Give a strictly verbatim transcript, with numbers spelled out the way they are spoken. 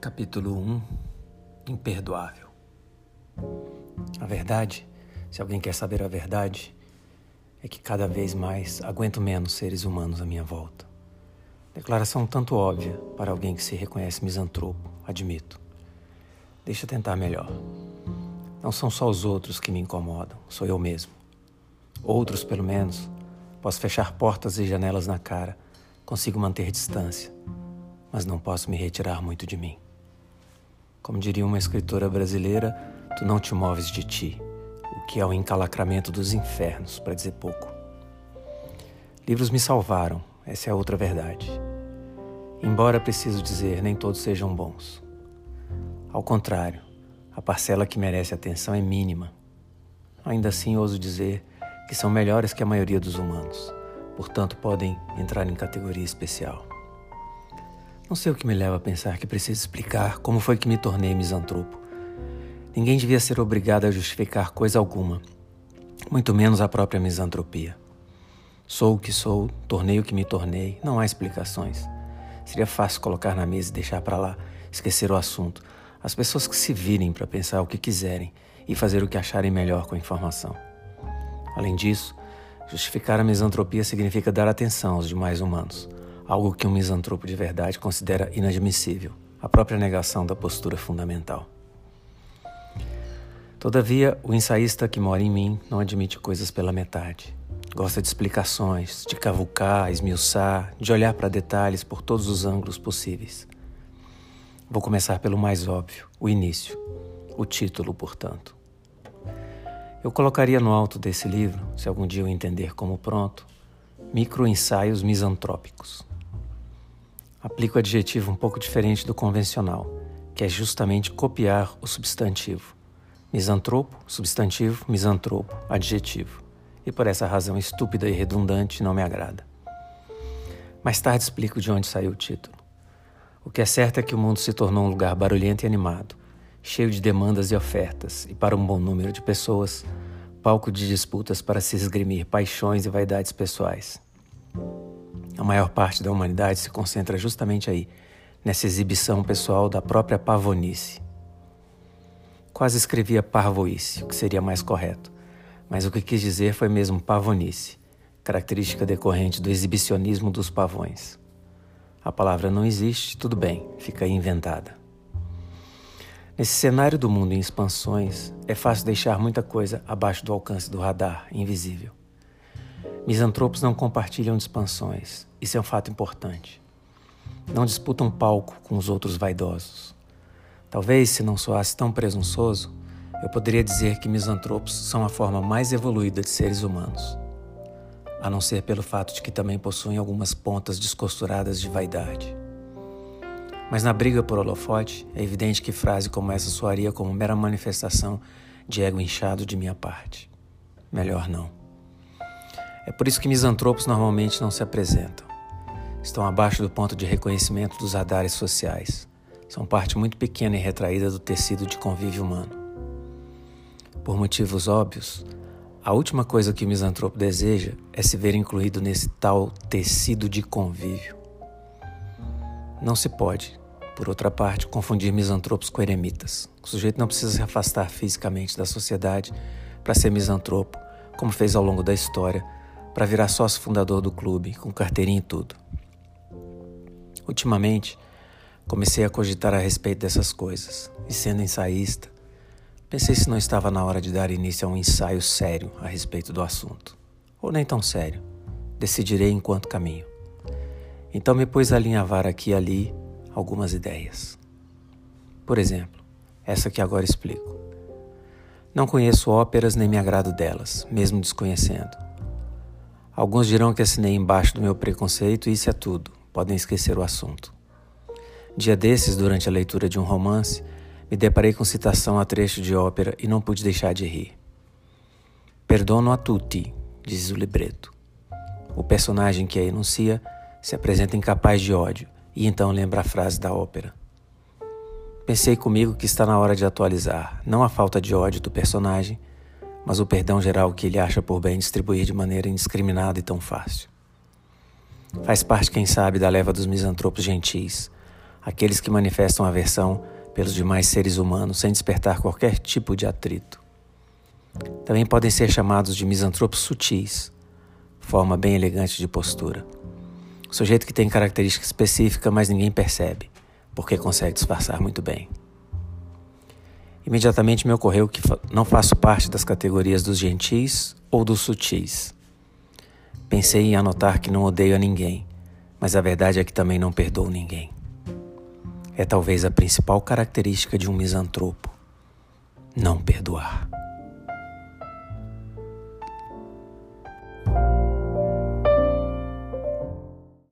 Capítulo um. Imperdoável. A verdade, se alguém quer saber a verdade, é que cada vez mais aguento menos seres humanos à minha volta. Declaração um tanto óbvia para alguém que se reconhece misantropo, admito. Deixa eu tentar melhor. Não são só os outros que me incomodam, sou eu mesmo. Outros, pelo menos, posso fechar portas e janelas na cara, consigo manter distância, mas não posso me retirar muito de mim. Como diria uma escritora brasileira, tu não te moves de ti, o que é o encalacramento dos infernos, para dizer pouco. Livros me salvaram, essa é a outra verdade. Embora, preciso dizer, nem todos sejam bons. Ao contrário, a parcela que merece atenção é mínima. Ainda assim, ouso dizer que são melhores que a maioria dos humanos, portanto podem entrar em categoria especial. Não sei o que me leva a pensar que preciso explicar como foi que me tornei misantropo. Ninguém devia ser obrigado a justificar coisa alguma, muito menos a própria misantropia. Sou o que sou, tornei o que me tornei, não há explicações. Seria fácil colocar na mesa e deixar para lá, esquecer o assunto. As pessoas que se virem para pensar o que quiserem e fazer o que acharem melhor com a informação. Além disso, justificar a misantropia significa dar atenção aos demais humanos. Algo que um misantropo de verdade considera inadmissível, a própria negação da postura fundamental. Todavia, o ensaísta que mora em mim não admite coisas pela metade. Gosta de explicações, de cavucar, esmiuçar, de olhar para detalhes por todos os ângulos possíveis. Vou começar pelo mais óbvio, o início, o título, portanto. Eu colocaria no alto desse livro, se algum dia eu entender como pronto, microensaios misantrópicos. Aplico o adjetivo um pouco diferente do convencional, que é justamente copiar o substantivo. Misantropo, substantivo, misantropo, adjetivo. E por essa razão estúpida e redundante não me agrada. Mais tarde explico de onde saiu o título. O que é certo é que o mundo se tornou um lugar barulhento e animado, cheio de demandas e ofertas, e para um bom número de pessoas, palco de disputas para se esgrimir paixões e vaidades pessoais. A maior parte da humanidade se concentra justamente aí, nessa exibição pessoal da própria pavonice. Quase escrevia parvoíce, o que seria mais correto, mas o que quis dizer foi mesmo pavonice, característica decorrente do exibicionismo dos pavões. A palavra não existe, tudo bem, fica aí inventada. Nesse cenário do mundo em expansões, é fácil deixar muita coisa abaixo do alcance do radar, invisível. Misantropos não compartilham de expansões, isso é um fato importante. Não disputam palco com os outros vaidosos. Talvez, se não soasse tão presunçoso, eu poderia dizer que misantropos são a forma mais evoluída de seres humanos, a não ser pelo fato de que também possuem algumas pontas descosturadas de vaidade. Mas na briga por holofote, é evidente que frase como essa soaria como mera manifestação de ego inchado de minha parte. Melhor não. É por isso que misantropos normalmente não se apresentam. Estão abaixo do ponto de reconhecimento dos radares sociais. São parte muito pequena e retraída do tecido de convívio humano. Por motivos óbvios, a última coisa que o misantropo deseja é se ver incluído nesse tal tecido de convívio. Não se pode, por outra parte, confundir misantropos com eremitas. O sujeito não precisa se afastar fisicamente da sociedade para ser misantropo, como fez ao longo da história, para virar sócio fundador do clube, com carteirinha e tudo. Ultimamente, comecei a cogitar a respeito dessas coisas, e sendo ensaísta, pensei se não estava na hora de dar início a um ensaio sério a respeito do assunto. Ou nem tão sério, decidirei enquanto caminho. Então me pus a alinhavar aqui e ali algumas ideias. Por exemplo, essa que agora explico. Não conheço óperas nem me agrado delas, mesmo desconhecendo. Alguns dirão que assinei embaixo do meu preconceito e isso é tudo, podem esquecer o assunto. Dia desses, durante a leitura de um romance, me deparei com citação a trecho de ópera e não pude deixar de rir. Perdono a tutti, diz o libreto. O personagem que a enuncia se apresenta incapaz de ódio e então lembra a frase da ópera. Pensei comigo que está na hora de atualizar, não a falta de ódio do personagem, mas o perdão geral que ele acha por bem distribuir de maneira indiscriminada e tão fácil. Faz parte, quem sabe, da leva dos misantropos gentis, aqueles que manifestam aversão pelos demais seres humanos sem despertar qualquer tipo de atrito. Também podem ser chamados de misantropos sutis, forma bem elegante de postura. O sujeito que tem característica específica, mas ninguém percebe, porque consegue disfarçar muito bem. Imediatamente me ocorreu que não faço parte das categorias dos gentis ou dos sutis. Pensei em anotar que não odeio a ninguém, mas a verdade é que também não perdoo ninguém. É talvez a principal característica de um misantropo: não perdoar.